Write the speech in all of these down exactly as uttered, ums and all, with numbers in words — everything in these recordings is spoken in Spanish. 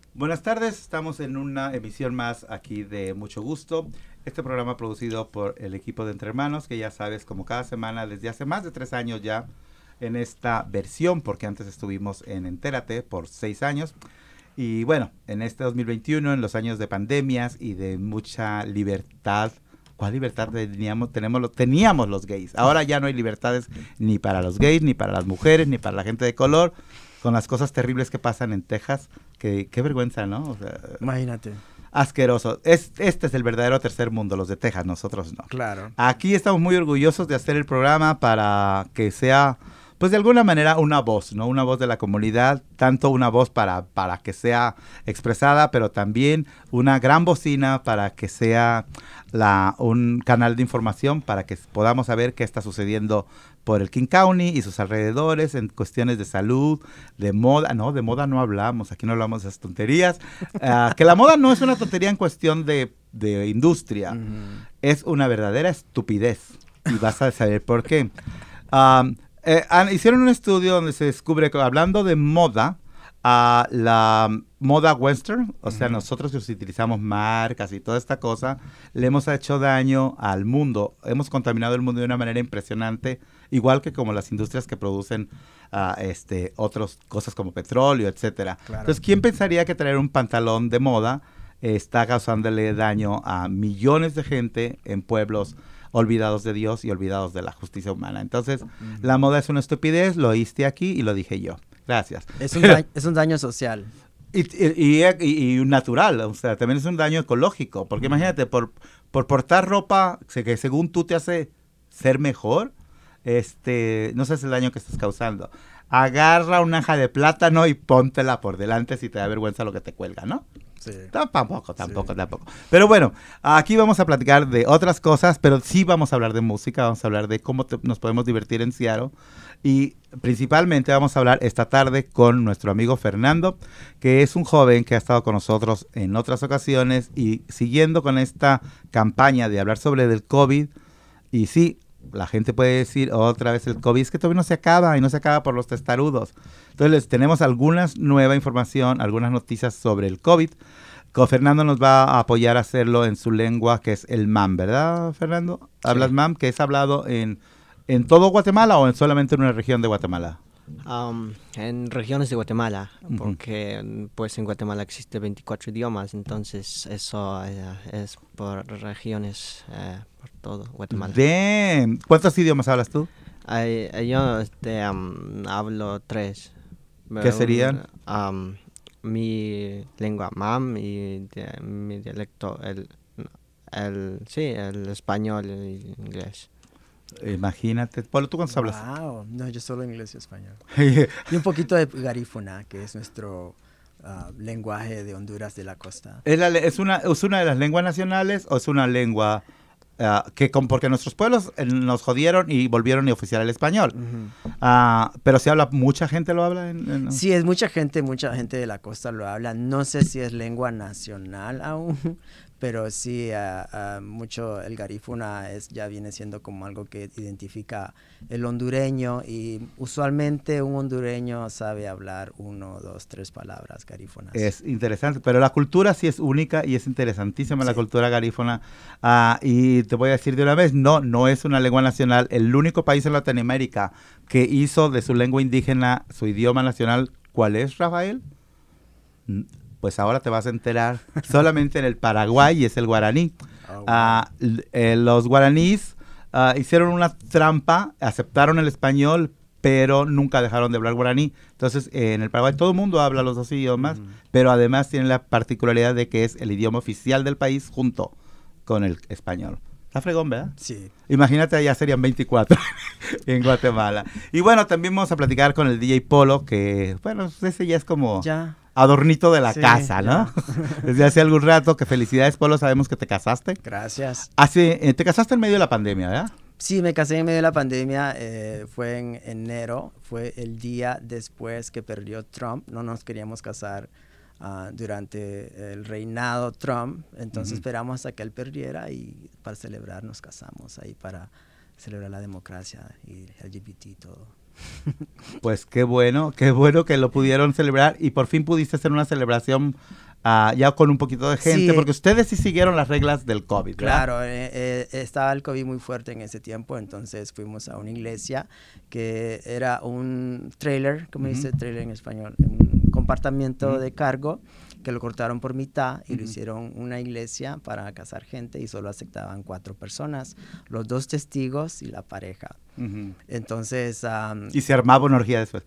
Buenas tardes, estamos en una emisión más aquí de Mucho Gusto. Este programa producido por el equipo de Entre Hermanos, que ya sabes, como cada semana desde hace más de tres años ya en esta versión, porque antes estuvimos en Entérate por seis años. Y bueno, en este dos mil veintiuno, en los años de pandemias y de mucha libertad. ¿Cuál libertad teníamos? Tenemos, teníamos los gays. Ahora ya no hay libertades ni para los gays, ni para las mujeres, ni para la gente de color, con las cosas terribles que pasan en Texas. Que, qué vergüenza, ¿no? O sea, imagínate. Asqueroso. Es, este es el verdadero tercer mundo, los de Texas, nosotros no. Claro. Aquí estamos muy orgullosos de hacer el programa para que sea, pues de alguna manera, una voz, ¿no? Una voz de la comunidad, tanto una voz para, para que sea expresada, pero también una gran bocina para que sea la, un canal de información para que podamos saber qué está sucediendo por el King County y sus alrededores en cuestiones de salud, de moda. No, de moda no hablamos, aquí no hablamos de esas tonterías. Uh, que la moda no es una tontería en cuestión de, de industria, uh-huh. Es una verdadera estupidez y vas a saber por qué. Um, eh, han, hicieron un estudio donde se descubre que hablando de moda, a uh, la moda western, o sea, uh-huh. nosotros que utilizamos marcas y toda esta cosa, le hemos hecho daño al mundo, hemos contaminado el mundo de una manera impresionante, igual que como las industrias que producen uh, este, otras cosas como petróleo, etcétera. Claro. Entonces, ¿quién pensaría que traer un pantalón de moda eh, está causándole daño a millones de gente en pueblos olvidados de Dios y olvidados de la justicia humana? Entonces, uh-huh. la moda es una estupidez, lo oíste aquí y lo dije yo. Gracias. Es un daño, es un daño social. Y, y, y, y natural, o sea, también es un daño ecológico, porque uh-huh. imagínate, por, por portar ropa que según tú te hace ser mejor, este, no sabes el daño que estás causando. Agarra una hoja de plátano y póntela por delante si te da vergüenza lo que te cuelga, ¿no? Sí. Tampoco, tampoco, sí. tampoco. Pero bueno, aquí vamos a platicar de otras cosas, pero sí vamos a hablar de música, vamos a hablar de cómo te, nos podemos divertir en Seattle. Y principalmente vamos a hablar esta tarde con nuestro amigo Fernando, que es un joven que ha estado con nosotros en otras ocasiones y siguiendo con esta campaña de hablar sobre el COVID. Y sí, la gente puede decir otra vez el COVID, es que todavía no se acaba y no se acaba por los testarudos. Entonces les tenemos alguna nueva información, algunas noticias sobre el COVID. Con Fernando nos va a apoyar a hacerlo en su lengua, que es el mam, ¿verdad, Fernando? ¿Hablas sí. mam? Que es hablado en, en todo Guatemala o en solamente en una región de Guatemala? Um, en regiones de Guatemala, uh-huh. porque pues en Guatemala existe veinticuatro idiomas, entonces eso eh, es por regiones, eh, por todo Guatemala. Bien. ¿Cuántos idiomas hablas tú? Uh, yo este, um, hablo tres. ¿Qué serían? Um, mi lengua mam y de, mi dialecto, el, el, sí, el español y el inglés. Imagínate. Pablo, ¿tú cuántos wow. hablas? No, yo solo inglés y español. Y un poquito de garífuna, que es nuestro uh, lenguaje de Honduras de la costa. ¿Es, la, es, una, ¿Es una de las lenguas nacionales o es una lengua uh, que, con, porque nuestros pueblos eh, nos jodieron y volvieron a oficiar el español? Uh-huh. Uh, pero si habla, ¿mucha gente lo habla? En, en... Sí, es mucha gente, mucha gente de la costa lo habla. No sé si es lengua nacional aún, pero sí, uh, uh, mucho el garífuna es, ya viene siendo como algo que identifica el hondureño, y usualmente un hondureño sabe hablar uno, dos, tres palabras garífunas. Es interesante, pero la cultura sí es única y es interesantísima, sí. La cultura garífuna. Uh, y te voy a decir de una vez, no, no es una lengua nacional. El único país en Latinoamérica que hizo de su lengua indígena su idioma nacional, ¿cuál es, Rafael? Pues ahora te vas a enterar. Solamente en el Paraguay es el guaraní. Oh, wow. uh, eh, los guaraníes uh, hicieron una trampa, aceptaron el español, pero nunca dejaron de hablar guaraní. Entonces, eh, en el Paraguay todo el mundo habla los dos idiomas, mm. pero además tiene la particularidad de que es el idioma oficial del país junto con el español. Está fregón, ¿verdad? Sí. Imagínate, allá serían veinticuatro en Guatemala. Y bueno, también vamos a platicar con el D J Polo, que, bueno, ese ya es como... Ya. adornito de la sí, casa, ¿no? Ya. Desde hace algún rato, que felicidades, Polo, sabemos que te casaste. Gracias. Hace, eh, te casaste en medio de la pandemia, ¿verdad? Sí, me casé en medio de la pandemia, eh, fue en enero, fue el día después que perdió Trump. No nos queríamos casar uh, durante el reinado Trump, entonces uh-huh. esperamos hasta que él perdiera y para celebrar nos casamos ahí, para celebrar la democracia y L G B T y todo. Pues qué bueno, qué bueno que lo pudieron celebrar y por fin pudiste hacer una celebración uh, ya con un poquito de gente, sí, porque ustedes sí siguieron las reglas del COVID, ¿verdad? Claro, eh, eh, estaba el COVID muy fuerte en ese tiempo, entonces fuimos a una iglesia que era un trailer, ¿cómo uh-huh. dice trailer en español? Un compartimiento uh-huh. de cargo que lo cortaron por mitad y uh-huh. lo hicieron una iglesia para casar gente y solo aceptaban cuatro personas, los dos testigos y la pareja. Uh-huh. Entonces... Um, y se armaba una orgía después.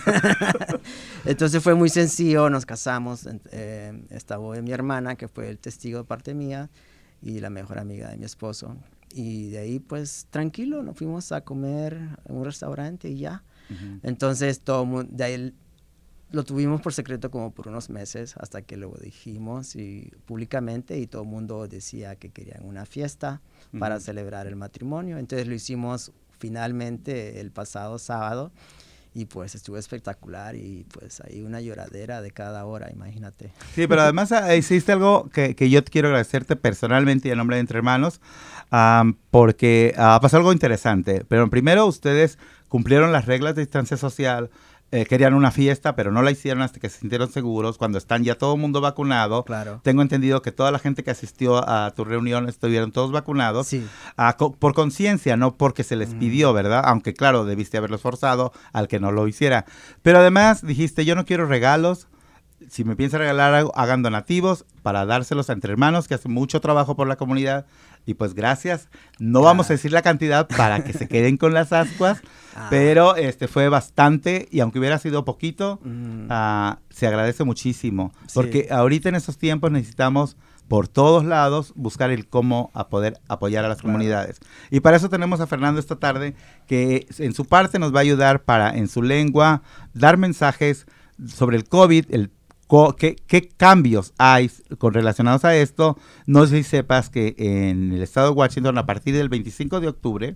Entonces fue muy sencillo, nos casamos, eh, estaba mi hermana, que fue el testigo de parte mía, y la mejor amiga de mi esposo. Y de ahí, pues, tranquilo, nos fuimos a comer en un restaurante y ya. Uh-huh. Entonces, todo mundo, de ahí lo tuvimos por secreto como por unos meses, hasta que lo dijimos y, públicamente, y todo el mundo decía que querían una fiesta uh-huh. para celebrar el matrimonio. Entonces, lo hicimos finalmente el pasado sábado, y pues estuvo espectacular, y pues hay una lloradera de cada hora, imagínate. Sí, pero además hiciste algo que, que yo quiero agradecerte personalmente y en nombre de Entre Hermanos, um, porque uh, pasó algo interesante. Pero primero ustedes cumplieron las reglas de distancia social, eh, querían una fiesta, pero no la hicieron hasta que se sintieron seguros, cuando están ya todo el mundo vacunado. Claro. Tengo entendido que toda la gente que asistió a tu reunión estuvieron todos vacunados. Sí. Uh, co- por conciencia, no porque se les mm. pidió, ¿verdad? Aunque claro, debiste haberlos forzado al que no lo hiciera. Pero además dijiste, yo no quiero regalos. Si me piensan regalar algo, hagan donativos para dárselos a Entre Hermanos, que hacen mucho trabajo por la comunidad. Y pues gracias. No ah. vamos a decir la cantidad para que se queden con las ascuas, ah. pero este fue bastante, y aunque hubiera sido poquito, mm. uh, se agradece muchísimo. Sí. Porque ahorita en estos tiempos necesitamos por todos lados buscar el cómo a poder apoyar a las claro. comunidades. Y para eso tenemos a Fernando esta tarde, que en su parte nos va a ayudar para, en su lengua, dar mensajes sobre el COVID, el ¿Qué, ¿Qué cambios hay con relacionados a esto? No sé si sepas que en el estado de Washington, a partir del veinticinco de octubre,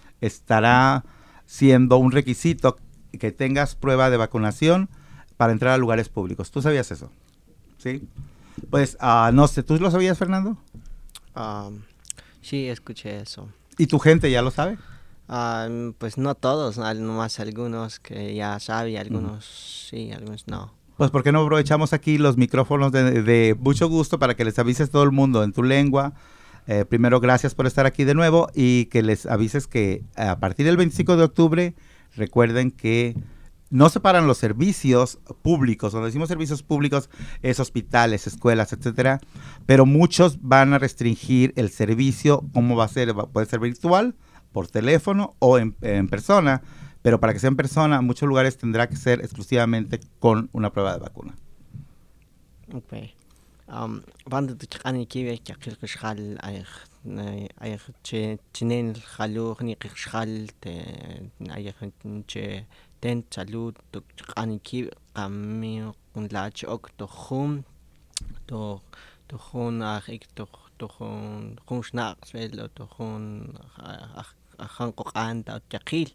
estará siendo un requisito que tengas prueba de vacunación para entrar a lugares públicos. ¿Tú sabías eso? ¿Sí? Pues, uh, no sé, ¿tú lo sabías, Fernando? Um, sí, escuché eso. ¿Y tu gente ya lo sabe? Uh, pues no todos, nomás algunos que ya saben, algunos mm. sí, algunos no. Pues, ¿por qué no aprovechamos aquí los micrófonos de, de mucho gusto para que les avises todo el mundo en tu lengua? Eh, primero, gracias por estar aquí de nuevo, y que les avises que a partir del veinticinco de octubre, recuerden que no se paran los servicios públicos. Cuando decimos servicios públicos, es hospitales, escuelas, etcétera, pero muchos van a restringir el servicio. ¿Cómo va a ser? Puede ser virtual, por teléfono o en, en persona. Pero para que sea en persona, en muchos lugares tendrá que ser exclusivamente con una prueba de vacuna. Ok. Um, cuando tu chani kiwe chakil kishal ay ay che chinen halu ni kishal te ay che ten salud tu chani kiwe kami un lach ok to hum to to hun ach ik to to hun hun snack sel to hun ach han ko anta chakil.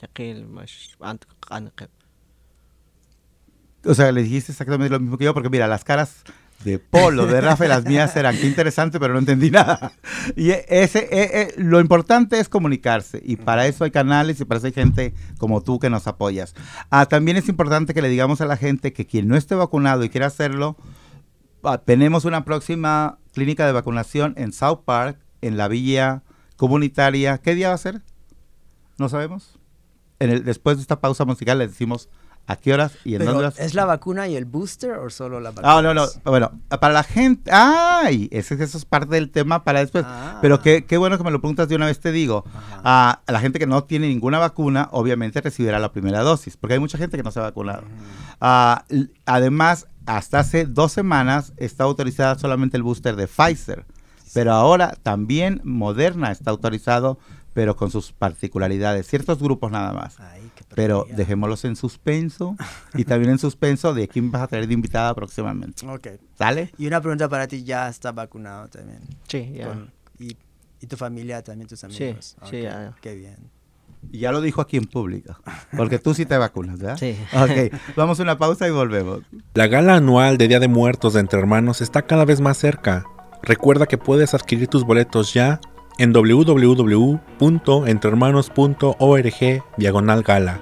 O sea, le dijiste exactamente lo mismo que yo, porque mira, las caras de Polo, de Rafa y las mías eran, qué interesante, pero no entendí nada. Y ese, eh, eh, lo importante es comunicarse, y para eso hay canales y para eso hay gente como tú que nos apoyas. Ah, también es importante que le digamos a la gente que quien no esté vacunado y quiera hacerlo, ah, tenemos una próxima clínica de vacunación en South Park, en la villa comunitaria. ¿Qué día va a ser? ¿No sabemos? En el, después de esta pausa musical les decimos a qué horas y en Pero, dónde las... ¿es la vacuna y el booster o solo la vacuna? Ah, no, no, bueno, para la gente... ¡Ay! Ese, eso es parte del tema para después. Ah. Pero qué, qué bueno que me lo preguntas de una vez, te digo. A, a la gente que no tiene ninguna vacuna, obviamente recibirá la primera dosis, porque hay mucha gente que no se ha vacunado. Mm. Uh, además, hasta hace dos semanas está autorizada solamente el booster de Pfizer, sí. Pero ahora también Moderna está autorizado, pero con sus particularidades, ciertos grupos nada más. Ay, pero dejémoslos en suspenso, y también en suspenso de quién vas a traer de invitada próximamente. Ok. ¿Sale? Y una pregunta para ti, ¿ya está vacunado también? Sí, ya. Con, y, ¿Y tu familia también, tus amigos? Sí, okay. sí, ya. Qué bien. Y ya lo dijo aquí en público, porque tú sí te vacunas, ¿verdad? Sí. Ok, vamos a una pausa y volvemos. La gala anual de Día de Muertos de Entre Hermanos está cada vez más cerca. Recuerda que puedes adquirir tus boletos ya en w w w punto entrehermanos punto org diagonal gala.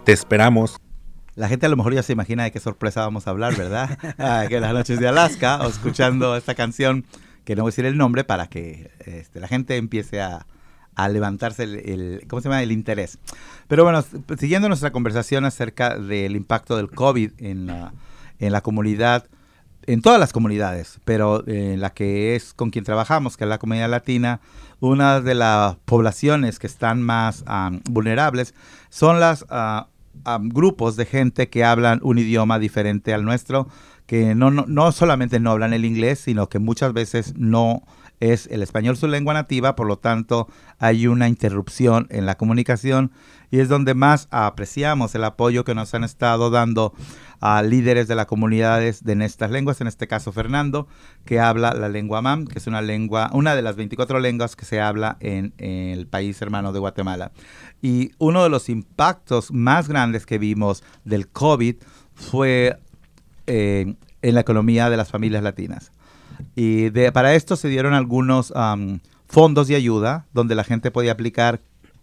Te esperamos. La gente a lo mejor ya se imagina de qué sorpresa vamos a hablar, ¿verdad? Ah, que las noches de Alaska, o escuchando esta canción, que no voy a decir el nombre, para que este, la gente empiece a, a levantarse el, el, ¿cómo se llama? El interés. Pero bueno, siguiendo nuestra conversación acerca del impacto del COVID en la, en la comunidad, en todas las comunidades, pero en la que es con quien trabajamos, que es la comunidad latina, una de las poblaciones que están más um, vulnerables son las uh, um, grupos de gente que hablan un idioma diferente al nuestro, que no, no, no solamente no hablan el inglés, sino que muchas veces no es el español su lengua nativa, por lo tanto hay una interrupción en la comunicación y es donde más apreciamos el apoyo que nos han estado dando a líderes de las comunidades de estas lenguas, en este caso Fernando, que habla la lengua mam, que es una lengua, una de las veinticuatro lenguas que se habla en, en el país hermano de Guatemala. Y uno de los impactos más grandes que vimos del COVID fue eh, en la economía de las familias latinas. Y de, para esto se dieron algunos um, fondos de ayuda donde la gente podía aplicar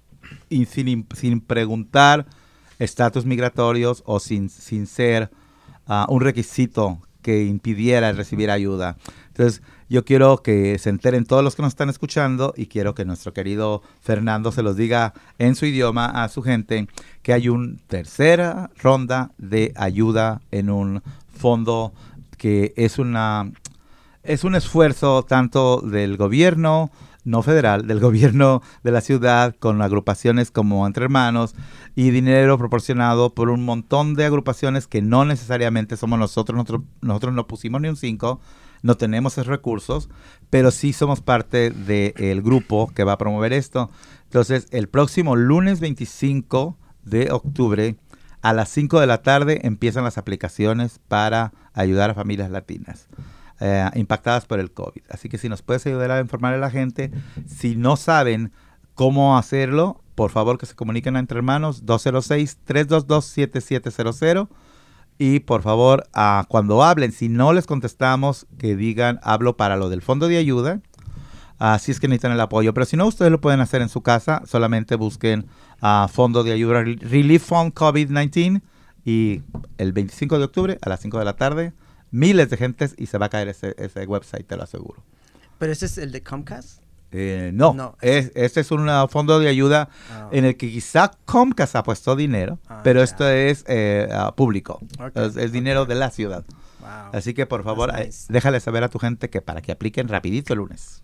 y sin, sin preguntar estatus migratorios o sin, sin ser uh, un requisito que impidiera recibir ayuda. Entonces, yo quiero que se enteren todos los que nos están escuchando y quiero que nuestro querido Fernando se los diga en su idioma a su gente que hay una tercera ronda de ayuda en un fondo que es una... Es un esfuerzo tanto del gobierno, no federal, del gobierno de la ciudad con agrupaciones como Entre Hermanos y dinero proporcionado por un montón de agrupaciones que no necesariamente somos nosotros. Nosotros, nosotros no pusimos ni un cinco, no tenemos esos recursos, pero sí somos parte del grupo que va a promover esto. Entonces, el próximo lunes veinticinco de octubre a las cinco de la tarde empiezan las aplicaciones para ayudar a familias latinas. Eh, impactadas por el COVID. Así que si nos puedes ayudar a informar a la gente, si no saben cómo hacerlo, por favor que se comuniquen a Entre Hermanos dos cero seis, tres dos dos, siete siete cero cero y por favor uh, cuando hablen, si no les contestamos, que digan hablo para lo del fondo de ayuda, así uh, es que necesitan el apoyo, pero si no, ustedes lo pueden hacer en su casa, solamente busquen uh, fondo de ayuda Relief Fund COVID diecinueve y el veinticinco de octubre a las cinco de la tarde miles de gentes y se va a caer ese, ese website, te lo aseguro. ¿Pero ese es el de Comcast? Eh, no, no. Es, este es un uh, fondo de ayuda oh. en el que quizá Comcast ha puesto dinero, ah, pero yeah. esto es eh, uh, público, okay. es, es dinero okay. de la ciudad. Wow. Así que por favor, nice. eh, déjale saber a tu gente que para que apliquen rapidito el lunes.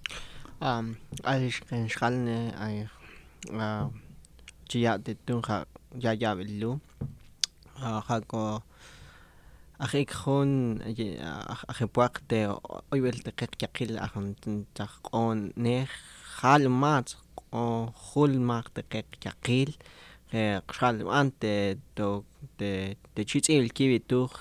Um, أخيك خون أخي بوقت أول دقيقة يقيل أخن تقون نخ خال مات أو خول ما دقيقة يقيل خال أنت تو تشيت إل كيف توخ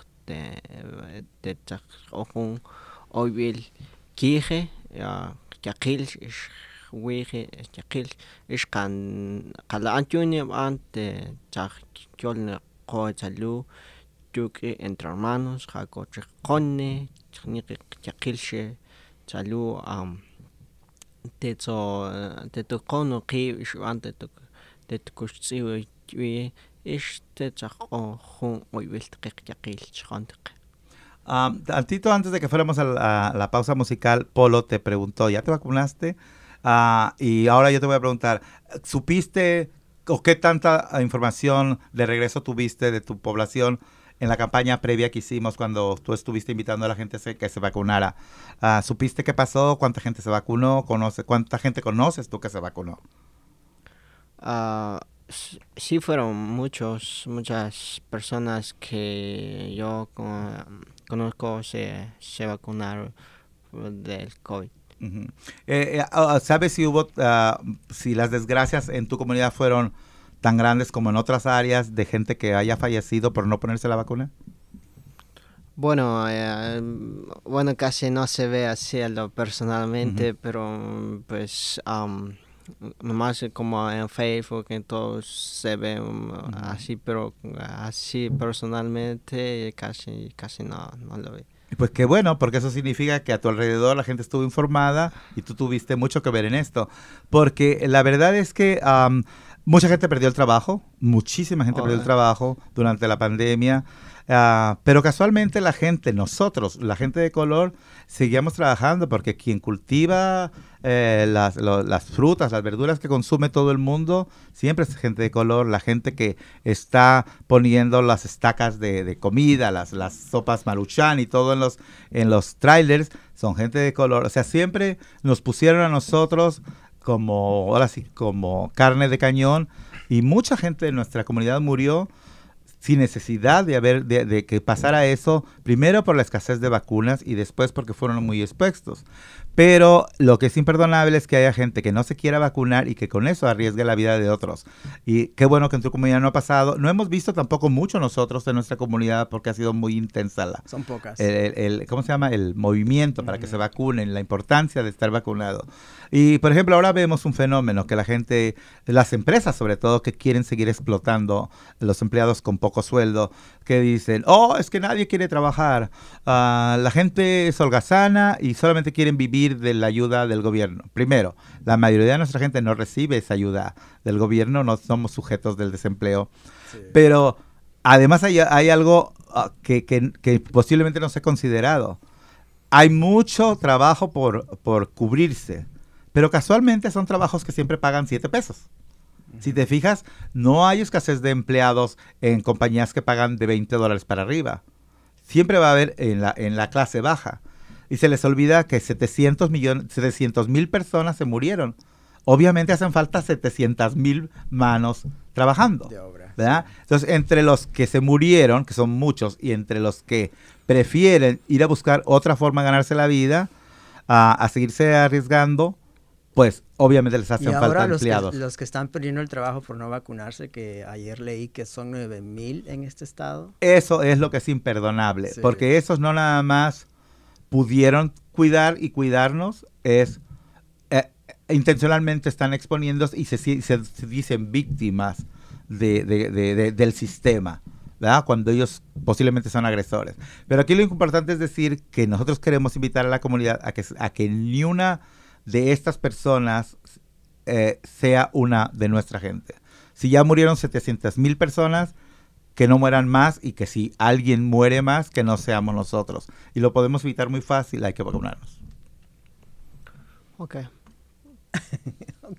تتقون أول كيه يقيل إيش ويه يقيل إيش كان قال أنتوني أنت تخ كل قاتلو Entre Hermanos, Jaco Chicone, Chinique Chakilche, Chalu, um, Teto, Teto Cono, Ki, Shante, Tetukushi, Ish, Tetachon, Oivilt, Yakil, Chantek. Um, Tantito antes de que fuéramos a la, a la pausa musical, Polo te preguntó, ¿ya te vacunaste? Uh, y ahora yo te voy a preguntar, ¿supiste o qué tanta información de regreso tuviste de tu población en la campaña previa que hicimos cuando tú estuviste invitando a la gente que se vacunara? Uh, ¿Supiste qué pasó? ¿Cuánta gente se vacunó? ¿Conoce, ¿Cuánta gente conoces tú que se vacunó? Uh, sí fueron muchos, muchas personas que yo con, conozco se, se vacunaron del COVID. Uh-huh. eh, eh, ¿Sabes si hubo, uh, si las desgracias en tu comunidad fueron tan grandes como en otras áreas de gente que haya fallecido por no ponerse la vacuna? Bueno, eh, bueno, casi no se ve así personalmente, uh-huh. pero pues um, más como en Facebook en todos se ve um, uh-huh. así, pero así personalmente casi casi no, no lo veo. Pues qué bueno, porque eso significa que a tu alrededor la gente estuvo informada y tú tuviste mucho que ver en esto. Porque la verdad es que um, Mucha gente perdió el trabajo, muchísima gente oh, perdió el trabajo durante la pandemia, uh, pero casualmente la gente, nosotros, la gente de color, seguíamos trabajando porque quien cultiva eh, las, lo, las frutas, las verduras que consume todo el mundo, siempre es gente de color, la gente que está poniendo las estacas de, de comida, las, las sopas Maruchan y todo en los, en los trailers, son gente de color, o sea, siempre nos pusieron a nosotros como, ahora sí, como carne de cañón, y mucha gente de nuestra comunidad murió sin necesidad de haber de, de que pasara eso, primero por la escasez de vacunas y después porque fueron muy expuestos. Pero lo que es imperdonable es que haya gente que no se quiera vacunar y que con eso arriesgue la vida de otros. Y qué bueno que en tu comunidad no ha pasado. No hemos visto tampoco mucho nosotros en nuestra comunidad porque ha sido muy intensa la... Son pocas. El, el, el, ¿Cómo se llama? El movimiento para uh-huh. que se vacunen, la importancia de estar vacunado. Y, por ejemplo, ahora vemos un fenómeno que la gente, las empresas sobre todo, que quieren seguir explotando los empleados con poco sueldo, que dicen, oh, es que nadie quiere trabajar, uh, la gente es holgazana y solamente quieren vivir de la ayuda del gobierno. Primero, la mayoría de nuestra gente no recibe esa ayuda del gobierno, no somos sujetos del desempleo. Sí. Pero además hay, hay algo uh, que, que, que posiblemente no se ha considerado. Hay mucho trabajo por, por cubrirse, pero casualmente son trabajos que siempre pagan siete pesos. Uh-huh. Si te fijas, no hay escasez de empleados en compañías que pagan de veinte dólares para arriba. Siempre va a haber en la, en la clase baja. Y se les olvida que setecientos mil personas se murieron. Obviamente hacen falta setecientas mil manos trabajando. De obra. ¿Verdad? Sí. Entonces, entre los que se murieron, que son muchos, y entre los que prefieren ir a buscar otra forma de ganarse la vida, a, a seguirse arriesgando, pues obviamente les hacen y falta ahora los empleados. Que, los que están perdiendo el trabajo por no vacunarse, que ayer leí que son nueve mil en este estado. Eso es lo que es imperdonable, sí. porque esos no nada más pudieron cuidar y cuidarnos, es eh, intencionalmente están exponiéndose y se, se, se dicen víctimas de, de, de, de, del sistema, ¿verdad? Cuando ellos posiblemente son agresores. Pero aquí lo importante es decir que nosotros queremos invitar a la comunidad a que, a que ni una de estas personas eh, sea una de nuestra gente. Si ya murieron setecientas mil personas, que no mueran más, y que si alguien muere más, que no seamos nosotros. Y lo podemos evitar muy fácil, hay que vacunarnos. Ok. Ok.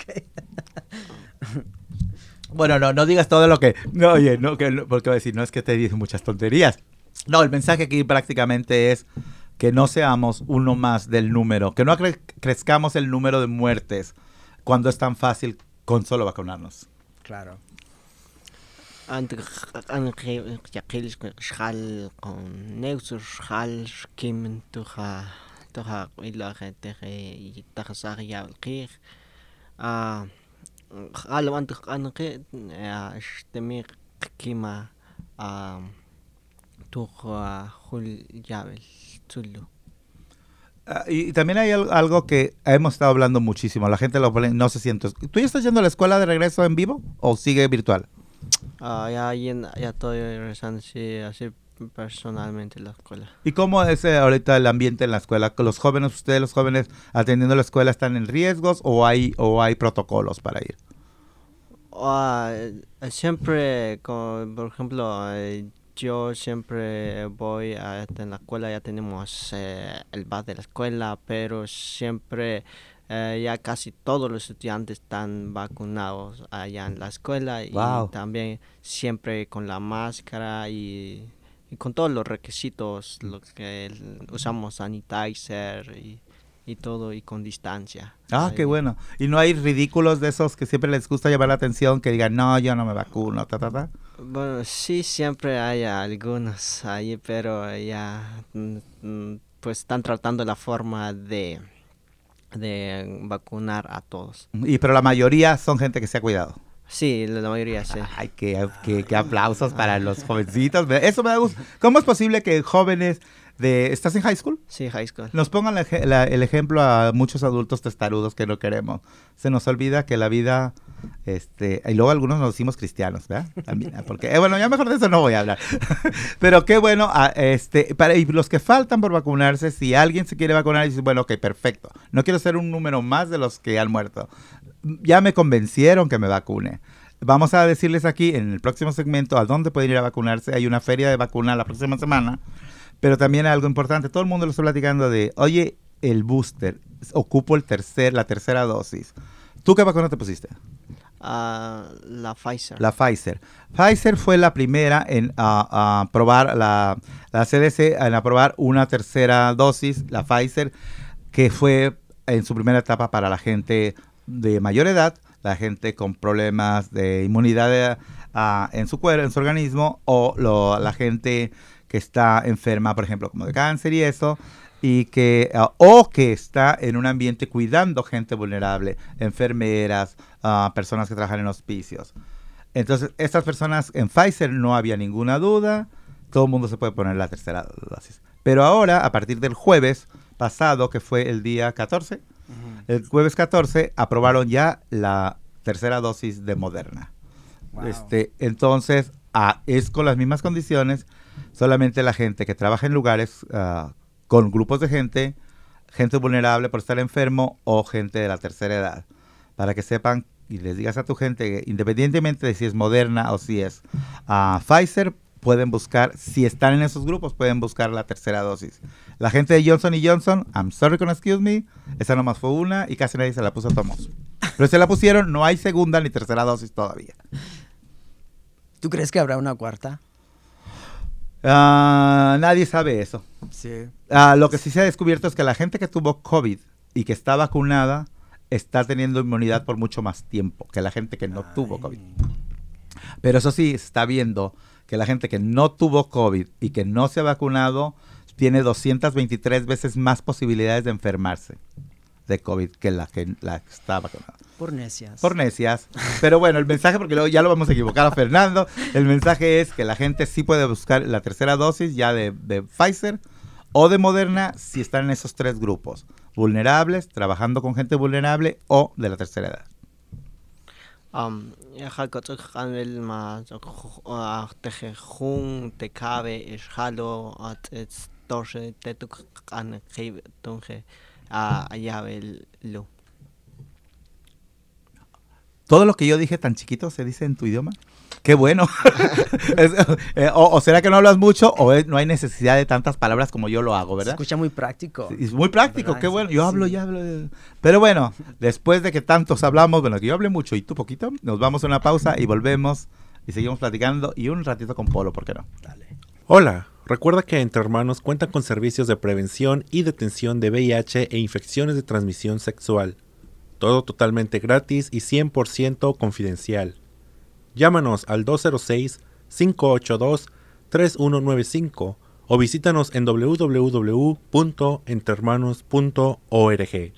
Bueno, no, no digas todo lo que... No, oye, no, que, porque voy a decir, no es que te dicen muchas tonterías. No, el mensaje aquí prácticamente es que no seamos uno más del número, que no cre- crezcamos el número de muertes cuando es tan fácil con solo vacunarnos. Claro. Antes antes yakil shal con neusur shal kim tuha tuha ila gente que tahsar ya alqir ah al antes anque estemir kima ah tuha hul yabel tulu. Uh, y, y también hay al, algo que hemos estado hablando muchísimo, la gente lo pone, no se siente. ¿Tú ya estás yendo a la escuela de regreso en vivo o sigue virtual? Uh, ya, ya, ya estoy regresando sí, así personalmente a la escuela. ¿Y cómo es eh, ahorita el ambiente en la escuela? ¿Los jóvenes, ustedes los jóvenes atendiendo la escuela están en riesgos o hay o hay protocolos para ir? Uh, siempre, como, por ejemplo, uh, yo siempre voy a, en la escuela, ya tenemos eh, el bus de la escuela, pero siempre... Uh, ya casi todos los estudiantes están vacunados allá en la escuela y wow. también siempre con la máscara y, y con todos los requisitos, lo que el, usamos sanitizer y, y todo y con distancia. Ah, ahí. Qué bueno. ¿Y no hay ridículos de esos que siempre les gusta llamar la atención, que digan, no, yo no me vacuno, ta, ta, ta? Bueno, sí, siempre hay algunos ahí, pero ya pues están tratando la forma de... de vacunar a todos. Y pero la mayoría son gente que se ha cuidado. Sí, la mayoría sí. Ay, qué, qué, qué aplausos para los jovencitos. Eso me da gusto. ¿Cómo es posible que jóvenes de... ¿Estás en high school? Sí, high school. Nos pongan la, la, el ejemplo a muchos adultos testarudos que no queremos. Se nos olvida que la vida... Este, y luego algunos nos decimos cristianos, ¿verdad? También, porque, eh, bueno, ya mejor de eso no voy a hablar. Pero qué bueno, a, este, para y los que faltan por vacunarse, si alguien se quiere vacunar y dice, bueno, ok, perfecto. No quiero ser un número más de los que han muerto. Ya me convencieron que me vacune. vamos a decirles aquí en el próximo segmento a dónde pueden ir a vacunarse. Hay una feria de vacuna la próxima semana, pero también hay algo importante. Todo el mundo lo está platicando de, oye, el booster, ocupo el tercer, la tercera dosis. ¿Tú qué vacuna te pusiste? Uh, la Pfizer. La Pfizer. Pfizer fue la primera en uh, uh, probar, la, la C D C en aprobar una tercera dosis, la Pfizer, que fue en su primera etapa para la gente de mayor edad, la gente con problemas de inmunidad uh, en su cuerpo, en su organismo, o lo, la gente que está enferma, por ejemplo, como de cáncer y eso, y que uh, o que está en un ambiente cuidando gente vulnerable, enfermeras, uh, personas que trabajan en hospicios. Entonces, estas personas en Pfizer no había ninguna duda, todo el mundo se puede poner la tercera dosis. Pero ahora, a partir del jueves pasado, que fue el día catorce, uh-huh. el jueves catorce, aprobaron ya la tercera dosis de Moderna. Wow. Este, entonces, ah, es con las mismas condiciones, solamente la gente que trabaja en lugares uh, con grupos de gente, gente vulnerable por estar enfermo o gente de la tercera edad, para que sepan y les digas a tu gente que independientemente de si es Moderna o si es uh, Pfizer, pueden buscar, si están en esos grupos, pueden buscar la tercera dosis. La gente de Johnson y Johnson, I'm sorry con excuse me, esa nomás fue una y casi nadie se la puso a Tomás. Pero se la pusieron, no hay segunda ni tercera dosis todavía. ¿Tú crees que habrá una cuarta? Uh, nadie sabe eso. Sí. Uh, lo que sí se ha descubierto es que la gente que tuvo COVID y que está vacunada está teniendo inmunidad por mucho más tiempo que la gente que no Ay. tuvo COVID. Pero eso sí, se está viendo que la gente que no tuvo COVID y que no se ha vacunado tiene doscientas veintitrés veces más posibilidades de enfermarse de COVID que la que la que está vacunada. Por necias. Por necias. Pero bueno, el mensaje, porque luego ya lo vamos a equivocar a Fernando, el mensaje es que la gente sí puede buscar la tercera dosis ya de, de Pfizer o de Moderna si están en esos tres grupos. Vulnerables, trabajando con gente vulnerable o de la tercera edad. Um, ja gotzuk kanel ma teje jun te cabe es halo at ets torse tetuk kan give tonge a allá el lo. Todo lo que yo dije tan chiquito se dice en tu idioma. ¡Qué bueno! es, eh, o, o será que no hablas mucho o es, no hay necesidad de tantas palabras como yo lo hago, ¿verdad? Se escucha muy práctico. Sí, es muy práctico, ¿verdad? qué bueno. Yo sí. hablo, ya hablo. Pero bueno, después de que tantos hablamos, bueno, que yo hablé mucho y tú poquito, nos vamos a una pausa y volvemos y seguimos platicando y un ratito con Polo, ¿por qué no? Dale. Hola, recuerda que Entre Hermanos cuenta con servicios de prevención y detención de V I H e infecciones de transmisión sexual. Todo totalmente gratis y cien por ciento confidencial. Llámanos al dos cero seis, cinco ocho dos, tres uno nueve cinco o visítanos en doble u doble u doble u punto entre hermanos punto org.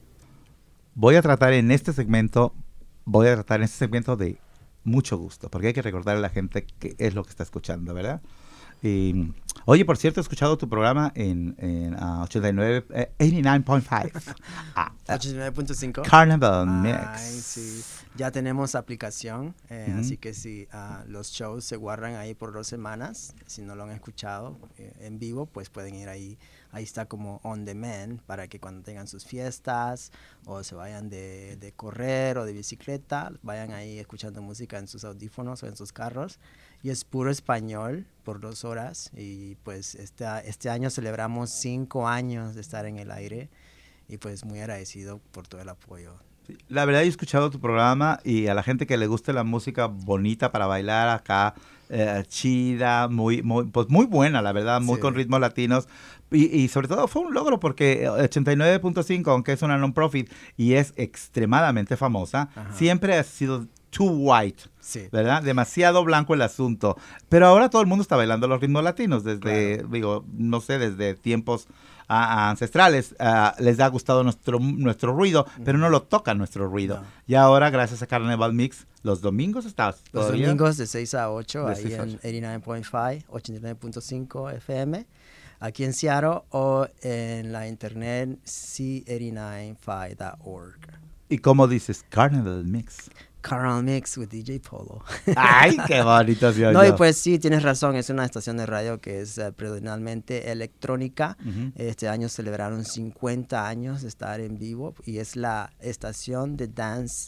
Voy a tratar en este segmento, voy a tratar en este segmento de mucho gusto, porque hay que recordarle a la gente que es lo que está escuchando, ¿verdad? Y, oye, por cierto, he escuchado tu programa en, en uh, ochenta y nueve, eh, ochenta y nueve punto cinco. ah, ochenta y nueve punto cinco. Carnival Mix. Ay, sí. Ya tenemos aplicación, eh, uh-huh. así que si uh, los shows se guardan ahí por dos semanas, si no lo han escuchado eh, en vivo, pues pueden ir ahí. Ahí está como on demand para que cuando tengan sus fiestas o se vayan de, de correr o de bicicleta, vayan ahí escuchando música en sus audífonos o en sus carros. Y es puro español por dos horas. Y pues este, este año celebramos cinco años de estar en el aire. Y pues muy agradecido por todo el apoyo. La verdad, he escuchado tu programa y a la gente que le guste la música bonita para bailar acá, eh, chida, muy, muy, pues muy buena, la verdad, muy sí. con ritmos latinos. Y, y sobre todo fue un logro porque ochenta y nueve punto cinco, aunque es una non-profit y es extremadamente famosa, Ajá. siempre ha sido too white, sí. ¿verdad? Demasiado blanco el asunto. Pero ahora todo el mundo está bailando los ritmos latinos desde, claro. digo, no sé, desde tiempos uh, ancestrales. Uh, les ha gustado nuestro, nuestro ruido, uh-huh. pero no lo tocan nuestro ruido. No. Y ahora, gracias a Carnival Mix, los domingos estás Los todavía? domingos de seis a ocho, de ahí seis a en ocho. ochenta y nueve punto cinco, ochenta y nueve punto cinco F M, aquí en Seattle o en la internet c ochenta y nueve punto cinco punto org. ¿Y cómo dices Carnival Mix? Carnival Mix with D J Polo. ¡Ay, qué bonito! Se no, y pues sí, tienes razón, es una estación de radio que es uh, predominantemente electrónica. Uh-huh. Este año celebraron cincuenta años de estar en vivo y es la estación de dance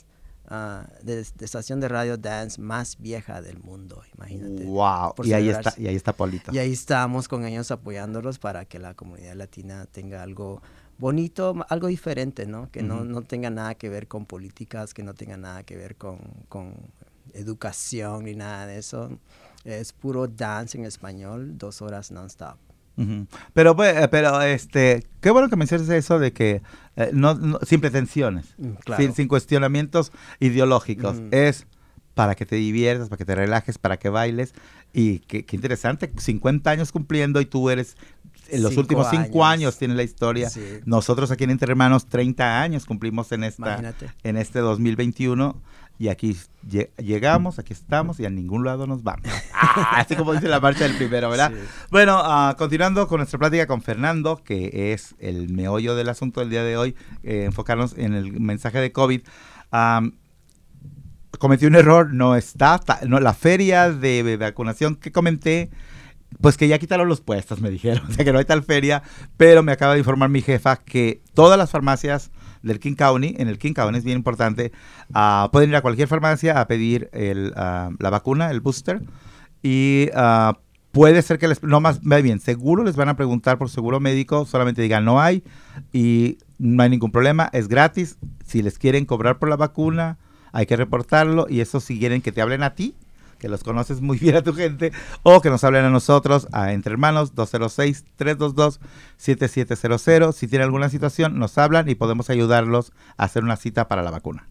uh, de, de estación de radio dance más vieja del mundo, imagínate. Wow, y ahí está, y ahí está Polito. Y ahí estamos con ellos apoyándolos para que la comunidad latina tenga algo bonito, algo diferente, ¿no? Que uh-huh. no, no tenga nada que ver con políticas, que no tenga nada que ver con, con educación ni nada de eso. Es puro dance en español, dos horas non-stop. Uh-huh. Pero, pero, este, qué bueno que menciones eso de que eh, no, no, sin pretensiones, claro. sin, sin cuestionamientos ideológicos. Uh-huh. Es para que te diviertas, para que te relajes, para que bailes. Y qué, qué interesante, cincuenta años cumpliendo y tú eres... En los cinco últimos cinco años, años tiene la historia. Sí. Nosotros aquí en Entre Hermanos treinta años cumplimos en esta en este dos mil veintiuno y aquí lle- llegamos, aquí estamos y a ningún lado nos vamos. Ah, así como dice la marcha del primero, ¿verdad? Sí. Bueno, uh, continuando con nuestra plática con Fernando, que es el meollo del asunto del día de hoy, eh, enfocarnos en el mensaje de COVID. Um, cometí un error, no está, ta- no, la feria de vacunación que comenté, pues que ya quitaron los puestos, me dijeron, o sea que no hay tal feria, pero me acaba de informar mi jefa que todas las farmacias del King County, en el King County es bien importante, uh, pueden ir a cualquier farmacia a pedir el, uh, la vacuna, el booster, y uh, puede ser que les, no más, bien, seguro les van a preguntar por seguro médico, solamente digan no hay, y no hay ningún problema, es gratis, si les quieren cobrar por la vacuna, hay que reportarlo, y eso si quieren que te hablen a ti, que los conoces muy bien a tu gente, o que nos hablen a nosotros, a Entre Hermanos, dos cero seis, tres dos dos, siete siete cero cero. Si tienen alguna situación, nos hablan y podemos ayudarlos a hacer una cita para la vacuna.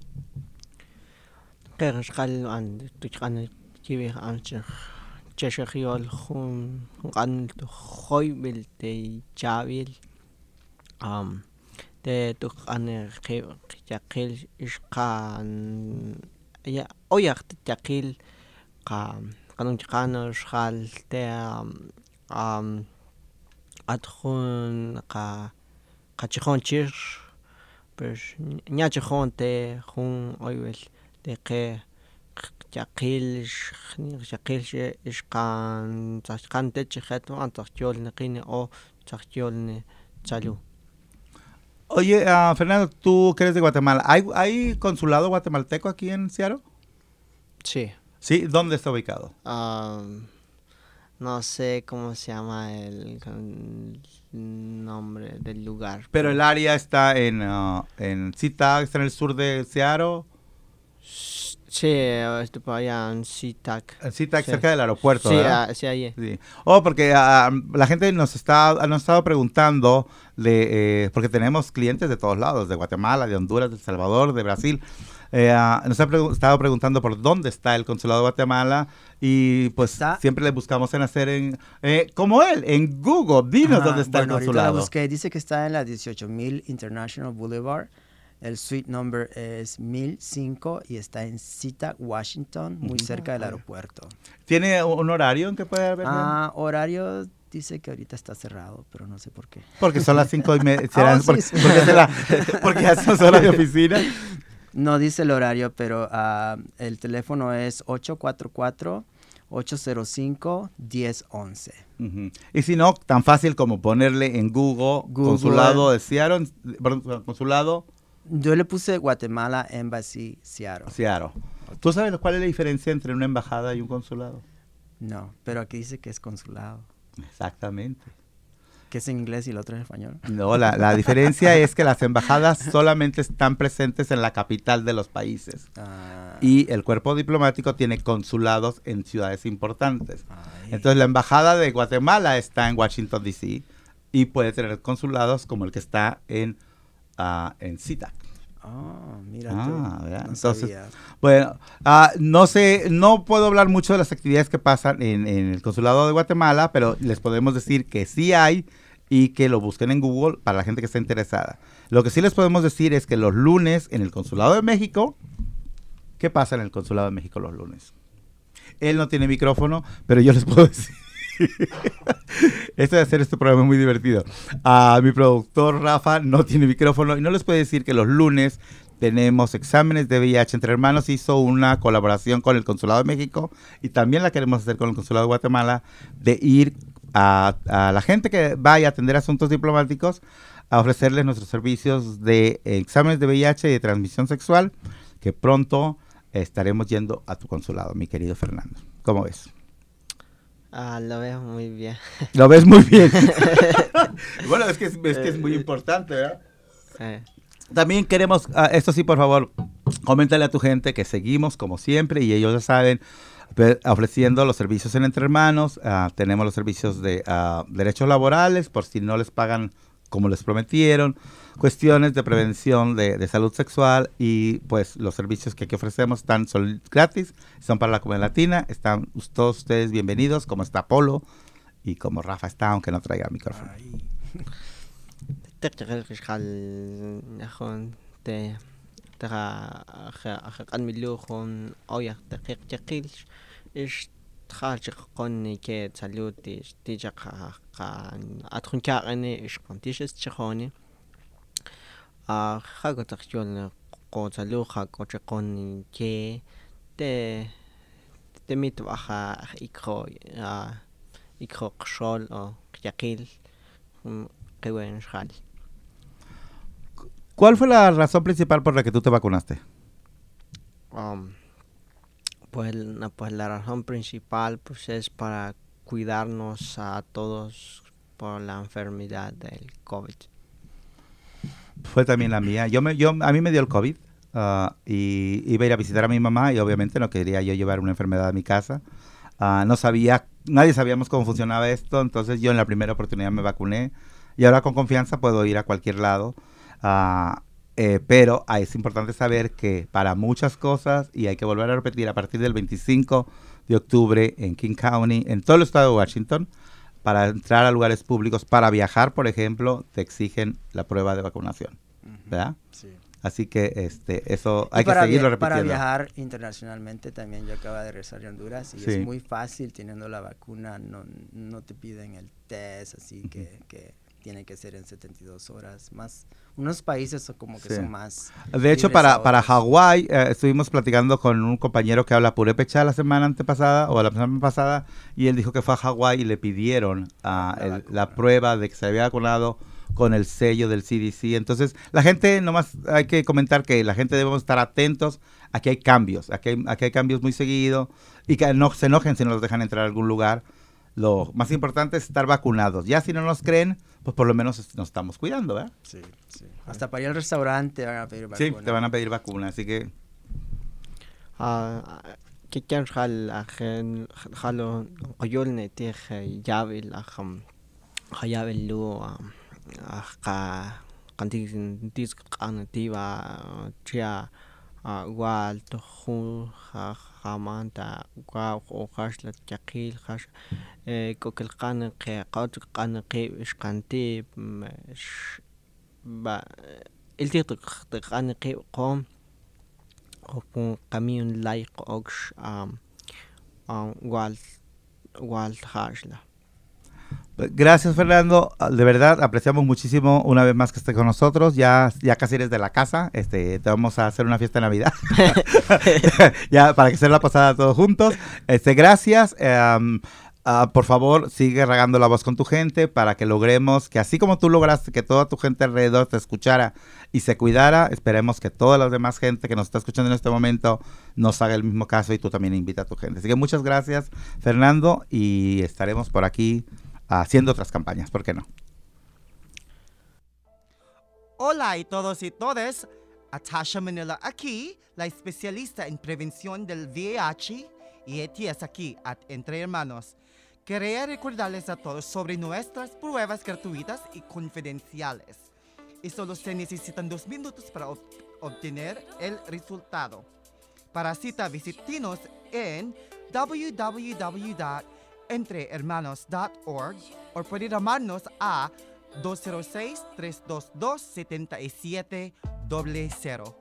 qa qanun qana shal te um adkhun qa qachkhon chir pues ñachkhon te khun oywel de que yaqil yaqil ishqan tsaqan te chhet antaqyol nqini o tsaqyol chalu. Oye, uh, Fernando, tú que eres de Guatemala, ¿hay, ¿hay consulado guatemalteco aquí en Seattle? Sí. ¿Sí? ¿Dónde está ubicado? Um, no sé cómo se llama el, el nombre del lugar. Pero el área está en, uh, en SeaTac, está en el sur de Seattle. Sí, estoy para allá en SeaTac. En SeaTac, sí. Cerca del aeropuerto, sí, ¿verdad? Uh, sí, allí. Sí. Oh, porque uh, la gente nos está nos ha estado preguntando, de, eh, porque tenemos clientes de todos lados, de Guatemala, de Honduras, de El Salvador, de Brasil. Eh, uh, nos ha pregu- estado preguntando por dónde está el consulado de Guatemala y pues ¿Está? siempre le buscamos en hacer en, eh, como él, en Google, dinos Ajá, dónde está bueno, el consulado. Ahorita la busqué, dice que está en la dieciocho mil International Boulevard, el suite number es mil cinco y está en SeaTac, Washington, muy uh-huh. cerca del aeropuerto. ¿Tiene un horario en que puede haber? Ah, horario... Dice que ahorita está cerrado, pero no sé por qué. Porque son las cinco y media. oh, sí, porque, sí. porque, la, porque ya son horas de oficina. No dice el horario, pero uh, el teléfono es ocho cuatro cuatro, ocho cero cinco, uno cero uno uno. Uh-huh. Y si no, tan fácil como ponerle en Google, Google consulado de Seattle, consulado. Yo le puse Guatemala Embassy Seattle. Seattle. Okay. ¿Tú sabes cuál es la diferencia entre una embajada y un consulado? No, pero aquí dice que es consulado. Exactamente. ¿Que es en inglés y el otro en español? No, la, la diferencia es que las embajadas solamente están presentes en la capital de los países. Ah. Y el cuerpo diplomático tiene consulados en ciudades importantes. Ay. Entonces la embajada de Guatemala está en Washington, D C y puede tener consulados como el que está en, uh, en SeaTac. Oh, mira ah, tú. No Entonces, sabía. bueno, uh, no sé, no puedo hablar mucho de las actividades que pasan en, en el consulado de Guatemala, pero les podemos decir que sí hay y que lo busquen en Google para la gente que está interesada. Lo que sí les podemos decir es que los lunes en el consulado de México, ¿qué pasa en el consulado de México los lunes? Él no tiene micrófono, pero yo les puedo decir. Esto de hacer este programa es muy divertido. Uh, mi productor Rafa no tiene micrófono y no les puede decir que los lunes tenemos exámenes de V I H. Entre Hermanos hizo una colaboración con el Consulado de México y también la queremos hacer con el Consulado de Guatemala, de ir a, a la gente que vaya a atender asuntos diplomáticos a ofrecerles nuestros servicios de exámenes de V I H y de transmisión sexual, que pronto estaremos yendo a tu consulado, mi querido Fernando. ¿Cómo ves? Ah, lo veo muy bien. Lo ves muy bien. Bueno, es que es, es que es muy importante, ¿verdad? Eh, También queremos, uh, esto sí, por favor, coméntale a tu gente que seguimos como siempre y ellos ya saben, pe- ofreciendo los servicios en Entre Hermanos. Uh, tenemos los servicios de uh, derechos laborales por si no les pagan como les prometieron, cuestiones de prevención de, de salud sexual y pues los servicios que aquí ofrecemos están son gratis, son para la comunidad latina, están todos ustedes bienvenidos, como está Polo y como Rafa está, aunque no traiga el micrófono. Ay. تقدر تشغل نخون ت تغا أخ الملوخون أو يختقق تقيلش إيش تخارج قوني كي تسلوت تيج تيجا قان أدخل كأني إيش قنتيش استشخوني آه خاقو تخيول قو تسلو خاقو تقوني كي ت تميت أخا أخ إكرو آه إكرو قشول أو يقيل قوين شغال. ¿Cuál fue la razón principal por la que tú te vacunaste? Um, pues, la, pues la razón principal pues es para cuidarnos a todos por la enfermedad del COVID. Fue también la mía. Yo me, yo, a mí me dio el COVID uh, y iba a ir a visitar a mi mamá y obviamente no quería yo llevar una enfermedad a mi casa. Uh, no sabía, nadie sabíamos cómo funcionaba esto, entonces yo en la primera oportunidad me vacuné y ahora con confianza puedo ir a cualquier lado. Uh, eh, pero ah, es importante saber que para muchas cosas, y hay que volver a repetir, a partir del veinticinco de octubre en King County, en todo el estado de Washington, para entrar a lugares públicos, para viajar, por ejemplo, te exigen la prueba de vacunación, ¿verdad? Sí. Así que este, eso Y hay que para seguirlo via- Para repitiendo. viajar internacionalmente también, yo acabo de regresar de Honduras y Sí. es muy fácil teniendo la vacuna, no, no te piden el test, así que, que tiene que ser en setenta y dos horas. Más, unos países son como que Sí. son más De hecho, libres para, a para otros. Hawái, eh, estuvimos platicando con un compañero que habla purépecha la semana antepasada, o la semana pasada, y él dijo que fue a Hawái y le pidieron ah, La el- vacuna. la prueba de que se había vacunado con el sello del C D C. Entonces, la gente, nomás hay que comentar que la gente debemos estar atentos. Aquí hay cambios, aquí hay, aquí hay cambios muy seguido, y que no se enojen si no los dejan entrar a algún lugar. Lo más importante es estar vacunados. Ya si no nos creen, pues por lo menos es- nos estamos cuidando, ¿verdad? Sí, sí. Hasta para ir al restaurante van a pedir vacuna. Sí, te van a pedir vacuna, así que Ah, que كان خال أخن خالو قيولنا تيخ يابل أخم خيابل لو أخا قنتيز نتيز قانا تيبا تيا وال تخو خامان تا قا وخاش لتقيل خاش كوكل قانا قي قاط قانا قي إش قنتي مش با التيق قانا قي قوم un camión laico ox um um wal wal hashla. gracias, Fernando. Ah, De verdad, apreciamos muchísimo una vez más que estés con nosotros. Ya, ya casi eres de la casa. Este, te vamos a hacer una fiesta de Navidad. Ya, para que sea la pasada todos juntos. Este, gracias. Eh, um, ah, por favor, sigue regando la voz con tu gente para que logremos que así como tú lograste que toda tu gente alrededor te escuchara y se cuidara, esperemos que toda la demás gente que nos está escuchando en este momento nos haga el mismo caso y tú también invita a tu gente. Así que muchas gracias, Fernando, y estaremos por aquí haciendo otras campañas, ¿por qué no? Hola a todos y todas, Atasha Manila aquí, la especialista en prevención del V I H, y Eti es aquí, at Entre Hermanos. Quería recordarles a todos sobre nuestras pruebas gratuitas y confidenciales. Y solo se necesitan dos minutos para ob- obtener el resultado. Para cita, visítenos en w w w punto entre hermanos punto org o puede llamarnos a dos cero seis, tres dos dos, siete siete cero cero.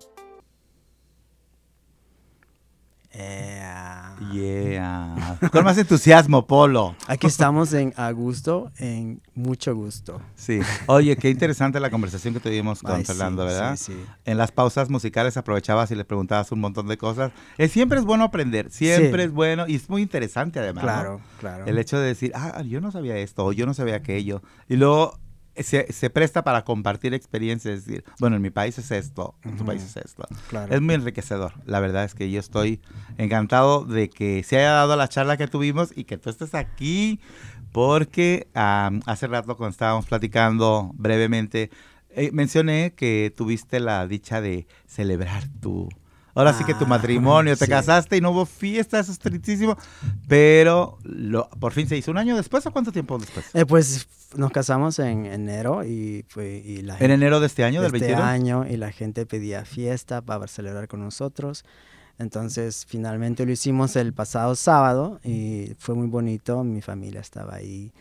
Eh, ah. Yeah. Con más entusiasmo, Polo. Aquí estamos en a gusto, en mucho gusto. Sí. Oye, qué interesante la conversación que tuvimos con Ay, Fernando, sí, ¿verdad? Sí, sí. En las pausas musicales aprovechabas y le preguntabas un montón de cosas. Eh, siempre es bueno aprender, siempre Sí. es bueno y es muy interesante además. ¿no? Claro, claro. El hecho de decir, ah, yo no sabía esto o yo no sabía aquello. Y luego se, se presta para compartir experiencias, es decir, bueno, en mi país es esto, en tu Ujú. país es esto. Claro. Es muy enriquecedor. La verdad es que yo estoy encantado de que se haya dado la charla que tuvimos y que tú estés aquí, porque um, hace rato cuando estábamos platicando brevemente, eh, mencioné que tuviste la dicha de celebrar tu... Ahora sí que tu Ah, matrimonio, te sí. casaste y no hubo fiesta, eso es tristísimo, pero lo, por fin se hizo. ¿Un año después o cuánto tiempo después? Eh, pues nos casamos en enero y, fue, y la En gente, enero de este año, de del este veintiuno. año, y la gente pedía fiesta para celebrar con nosotros. Entonces finalmente lo hicimos el pasado sábado y fue muy bonito, mi familia estaba ahí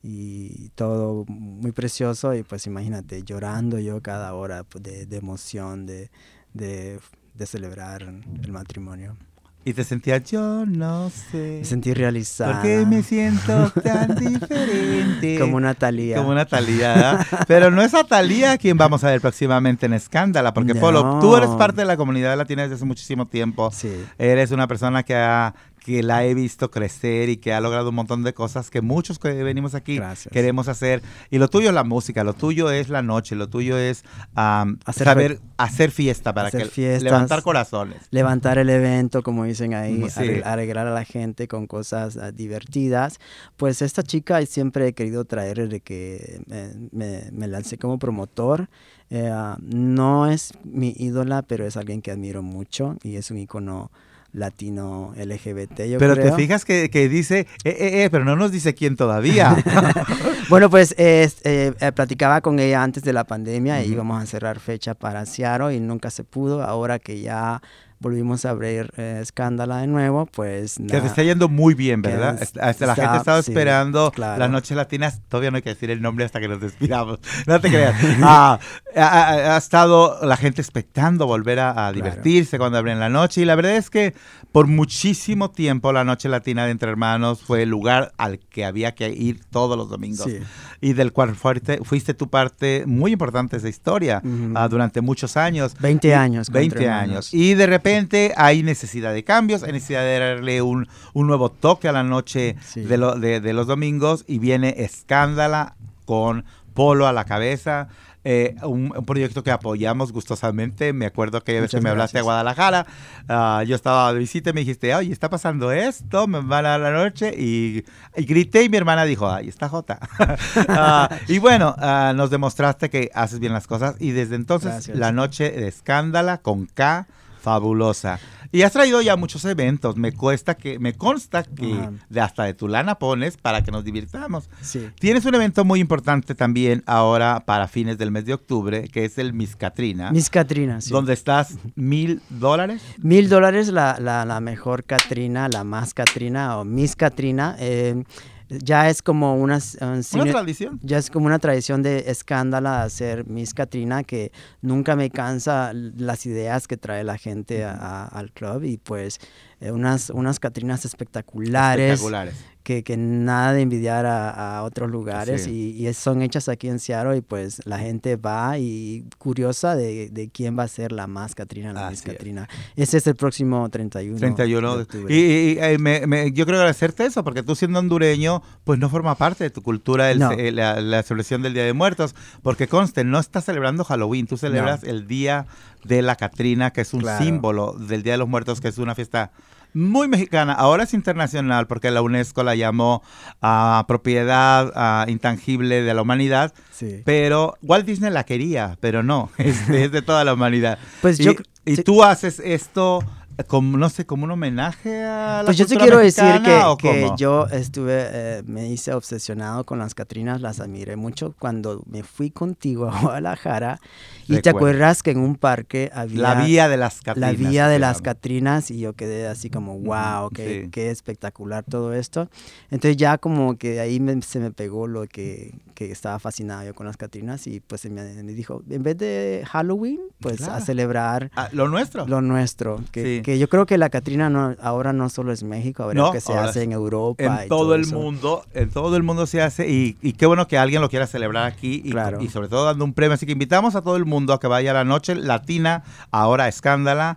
y todo muy precioso y pues imagínate, llorando yo cada hora pues, de, de emoción, de, de, de celebrar el matrimonio. Y te sentías, yo no sé. Me sentí realizada. ¿Por qué me siento tan diferente? Como una Thalía. Como una Thalía, ¿verdad? Pero no es a Thalía quien vamos a ver próximamente en Escándala, porque No. Polo, tú eres parte de la comunidad latina desde hace muchísimo tiempo. Sí. Eres una persona que ha que la he visto crecer y que ha logrado un montón de cosas que muchos que venimos aquí Gracias. queremos hacer. Y lo tuyo es la música, lo tuyo es la noche, lo tuyo es um, Hacer saber fe- hacer fiesta para hacer que fiestas. levantar corazones. Levantar el evento, como dicen ahí, Sí. arregl- arreglar a la gente con cosas uh, divertidas. Pues esta chica siempre he querido traer de que me, me, me lancé como promotor. Eh, uh, no es mi ídola, pero es alguien que admiro mucho y es un ícono latino L G B T, yo Pero creo. te fijas que, que dice, eh, eh, eh, pero no nos dice quién todavía. Bueno, pues es, eh, eh, platicaba con ella antes de la pandemia y Ujú. íbamos a cerrar fecha para Seattle y nunca se pudo. Ahora que ya volvimos a abrir eh, Escándala de nuevo, pues Que nada. te está yendo muy bien, ¿verdad? Que Est- hasta la está- gente estaba sí, esperando claro. las noches latinas. Todavía no hay que decir el nombre hasta que nos despidamos. No te creas. Ah, ha, ha- ha estado la gente expectando volver a, a divertirse cuando abren la noche. Y la verdad es que por muchísimo tiempo la Noche Latina de Entre Hermanos fue el lugar al que había que ir todos los domingos. Sí. Y del cual fuiste, fuiste tu parte muy importante de esa historia Ujú. ah, durante muchos años. veinte años. con veinte Entre años. Hermanos. Y de repente hay necesidad de cambios, hay necesidad de darle un, un nuevo toque a la noche Sí. de, lo- de- de los domingos y viene Escándala con Polo a la cabeza. Eh, un, un proyecto que apoyamos gustosamente. Me acuerdo que vez que Muchas me hablaste de gracias. Guadalajara, ah, yo estaba de visita y me dijiste, oye, está pasando esto, me van a dar la noche y, y grité y mi hermana dijo, ay, está Jota. Ah, y bueno, ah, nos demostraste que haces bien las cosas y desde entonces Gracias. la noche de Escándala con K, fabulosa. Y has traído ya muchos eventos, me cuesta que, me consta que Ajá. de hasta de tu lana pones para que nos divirtamos. Sí. Tienes un evento muy importante también ahora para fines del mes de octubre, que es el Miss Catrina, Miss Catrina, sí. donde estás mil dólares. Mil dólares la, la, la mejor Catrina, la más Catrina o Miss Catrina. Eh, ya es como una, un Una signo- tradición. ya es como una tradición de Escándala hacer Miss Catrina, que nunca me cansa las ideas que trae la gente a- a- al club y pues eh, unas, unas Catrinas espectaculares. Espectaculares. Que, que nada de envidiar a, a otros lugares Sí. y, y es- son hechas aquí en Seattle y pues la gente va y curiosa de, de quién va a ser la más Catrina, la Miss Así es. Catrina. Ese es el próximo treinta y uno, treinta y uno de de- octubre. Y, y- y, eh, me- me- yo quiero agradecerte eso, porque tú siendo hondureño, pues no forma parte de tu cultura el No. ce- la, la celebración del Día de Muertos, porque conste, no estás celebrando Halloween, tú celebras el Día de la Catrina, que es un Claro. símbolo del Día de los Muertos, que es una fiesta muy mexicana. Ahora es internacional porque la UNESCO la llamó ah, propiedad ah, intangible de la humanidad, Sí. pero Walt Disney la quería, pero no, es, es de toda la humanidad. Pues y, yo- y sí. tú haces esto como, no sé, como un homenaje a la Pues yo te cultura quiero decir mexicana, que, ¿o que cómo? yo estuve, eh, me hice obsesionado con las Catrinas, las admiré mucho cuando me fui contigo a Guadalajara y te Recuerdo. acuerdas que en un parque había La vía de las la Catrinas. vía se de las llama. Catrinas y yo quedé así como, wow, qué, sí. qué espectacular todo esto. Entonces ya como que de ahí me- se me pegó lo que, que estaba fascinado yo con las Catrinas y pues me, me dijo, en vez de Halloween, pues Claro. a celebrar Ah, lo nuestro. lo nuestro. Que, Sí. que yo creo que la Catrina no, ahora no solo es México, ahora No, que se ahora hace sí. en Europa. En y todo el eso. mundo, en todo el mundo se hace y, y qué bueno que alguien lo quiera celebrar aquí y, Claro. y sobre todo dando un premio. Así que invitamos a todo el mundo a que vaya a la noche latina, ahora Escándala,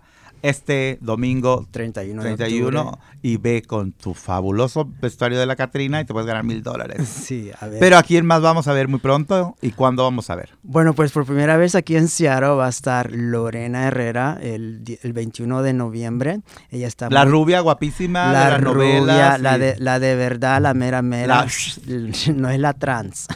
este domingo treinta y uno, treinta de y uno octubre. y ve con tu fabuloso vestuario de la Catrina y te puedes ganar mil dólares. Sí, a ver. Pero ¿a quién más vamos a ver muy pronto y cuándo vamos a ver? Bueno, pues por primera vez aquí en Seattle va a estar Lorena Herrera el, di- el veintiuno de noviembre. Ella está La muy- rubia guapísima la de las rubia, novelas. la y- de, la de verdad, la mera mera. La- No es la trans.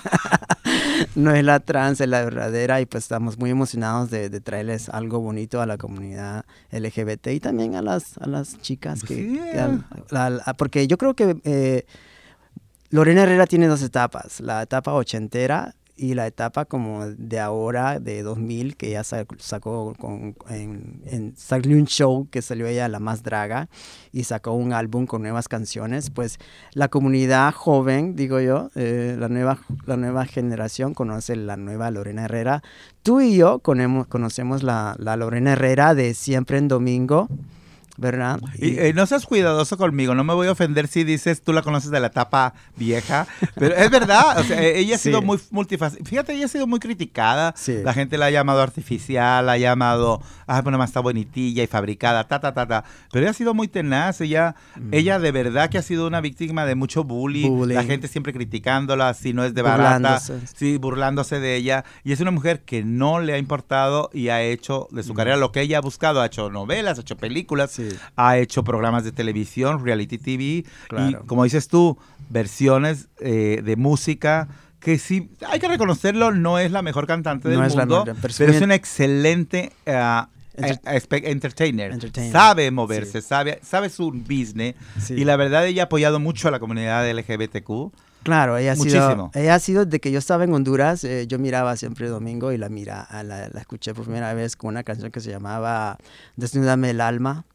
No es la trans, es la verdadera. Y pues estamos muy emocionados de, de traerles algo bonito a la comunidad L G B T y también a las, a las chicas. Que, Sí. que al- la- la- porque yo creo que eh, Lorena Herrera tiene dos etapas. La etapa ochentera y la etapa como de ahora, de dos mil, que ella sa- sacó con, en, en salió un show que salió ella La Más Draga y sacó un álbum con nuevas canciones. Pues la comunidad joven, digo yo, eh, la, nueva, la nueva generación conoce la nueva Lorena Herrera. Tú y yo conemo- conocemos la, la Lorena Herrera de Siempre en Domingo, ¿verdad? Y, eh, no seas cuidadoso conmigo, no me voy a ofender si dices tú la conoces de la etapa vieja, pero es verdad, o sea, eh, ella ha Sí. sido muy multifacética. Fíjate, ella ha sido muy criticada. Sí. La gente la ha llamado artificial, la ha llamado, ah, bueno, más está bonitilla y fabricada, ta, ta, ta, ta. Pero ella ha sido muy tenaz, ella, ella de verdad que ha sido una víctima de mucho bullying, Bullying. la gente siempre criticándola, si no es de barata, Burlándose. sí, burlándose de ella. Y es una mujer que no le ha importado y ha hecho de su carrera lo que ella ha buscado, ha hecho novelas, ha hecho películas. Sí. Ha hecho programas de televisión, reality T V, Claro. y como dices tú, versiones eh, de música que sí, hay que reconocerlo, no es la mejor cantante del No es la mundo, mejor, pero pero, es es muy- una excelente ah, Enter- eh, espe- entertainer. Entertainer. Sabe moverse, sabe, sabe su business, Sí. y la verdad ella ha apoyado mucho a la comunidad L G B T Q. Claro, ella ha sido, Muchísimo. ella ha sido de que yo estaba en Honduras, eh, yo miraba siempre domingo y la mira, a la, la escuché por primera vez con una canción que se llamaba Desnúdame el alma.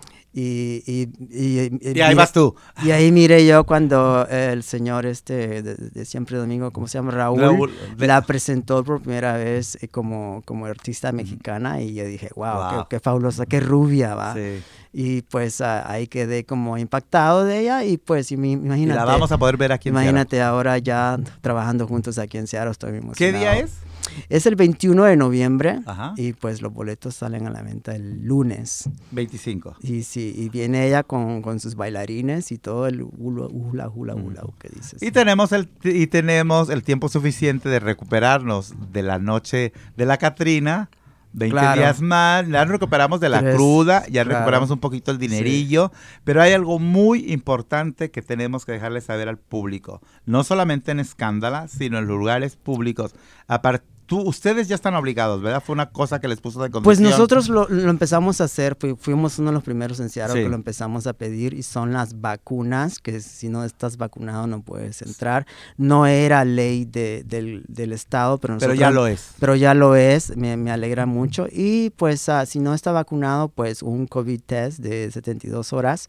Y, y, y, Y ahí vas tú. Y ahí miré yo cuando el señor este de, de Siempre Domingo, ¿cómo se llama? Raúl, Raúl, de- la presentó por primera vez eh, como, como artista mexicana y yo dije, wow, Wow. Qué, qué fabulosa, qué rubia, va. Sí. Y pues ah, ahí quedé como impactado de ella y pues y mi- Y imagínate. la vamos a poder ver aquí en Imagínate ahora ya trabajando juntos aquí en Seattle, estoy muy Seattle. ¿Qué emocionado. día es? Es el veintiuno de noviembre Ajá. y pues los boletos salen a la venta el lunes. veinticinco. Y sí, y viene ella con, con sus bailarines y todo el hula, hula, hula, hula, que dices. Y tenemos el y tenemos el tiempo suficiente de recuperarnos de la noche de la Catrina. veinte Claro. días más, ya nos recuperamos de la Tres, cruda, ya claro. recuperamos un poquito el dinerillo, pero hay algo muy importante que tenemos que dejarle saber al público, no solamente en Escándala, sino en lugares públicos. Aparte, tú, ustedes ya están obligados, ¿verdad? Fue una cosa que les puso de condición. Pues nosotros lo, lo empezamos a hacer, fu- fuimos uno de los primeros en Seattle Sí. que lo empezamos a pedir y son las vacunas, que si no estás vacunado no puedes entrar. No era ley de, del, del estado, pero Pero nosotros... ya lo es. Pero ya lo es, me, me alegra mucho. Y pues ah, si no está vacunado, pues un COVID test de setenta y dos horas.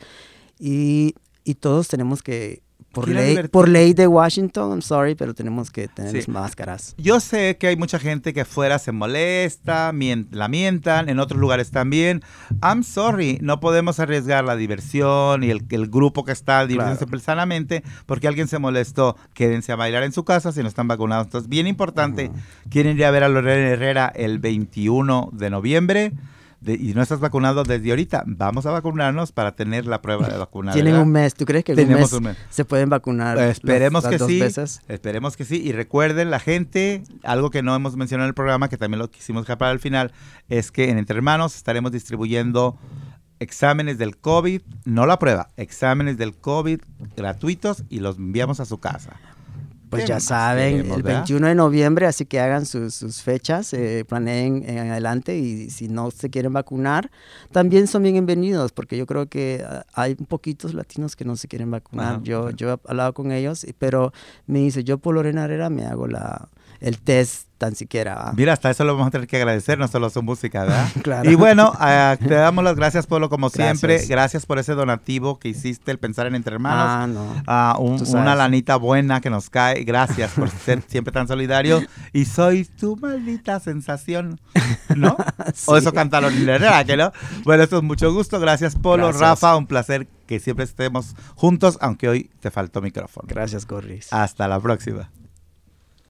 Y, y todos tenemos que, por Quiero ley, advertir- por ley de Washington, I'm sorry, pero tenemos que tener Sí. las máscaras. Yo sé que hay mucha gente que afuera se molesta, mien- la mientan, en otros lugares también. I'm sorry, no podemos arriesgar la diversión y el, el grupo que está divirtiéndose sanamente porque alguien se molestó. Quédense a bailar en su casa si no están vacunados. Entonces, bien importante, quieren ir a ver a Lorena Herrera el veintiuno de noviembre. De, y no estás vacunado desde ahorita, vamos a vacunarnos para tener la prueba de vacuna. Tienen ¿verdad? un mes, ¿tú crees que en un Tenemos mes, un mes. se pueden vacunar Eh, las- esperemos las que dos sí, veces? esperemos que sí. Y recuerden, la gente, algo que no hemos mencionado en el programa, que también lo quisimos dejar para el final, es que en Entre Hermanos estaremos distribuyendo exámenes del COVID, no la prueba, exámenes del COVID gratuitos y los enviamos a su casa. Pues ¿Qué ya más saben, queremos, el verdad? veintiuno de noviembre, así que hagan sus, sus fechas, eh, planeen en adelante y si no se quieren vacunar, también son bienvenidos, porque yo creo que ah, hay poquitos latinos que no se quieren vacunar. Ajá, yo, ok. yo he hablado con ellos, y- pero me dice, yo por Lorena Herrera me hago la, el test tan siquiera. ¿va? Mira, hasta eso lo vamos a tener que agradecer, no solo su música, ¿verdad? Claro. Y bueno, eh, te damos las gracias, Polo, como siempre. Gracias. Gracias por ese donativo que hiciste, el pensar en Entre Hermanos. Ah, no. Ah, un- Tú sabes. una lanita buena que nos cae. Gracias por ser siempre tan solidario. Y soy tu maldita sensación, ¿no? O eso canta Lorena Herrera, ¿que no? Bueno, esto es mucho gusto. Gracias, Polo. Gracias. Rafa, un placer que siempre estemos juntos, aunque hoy te faltó micrófono. Gracias, Corris. Hasta la próxima.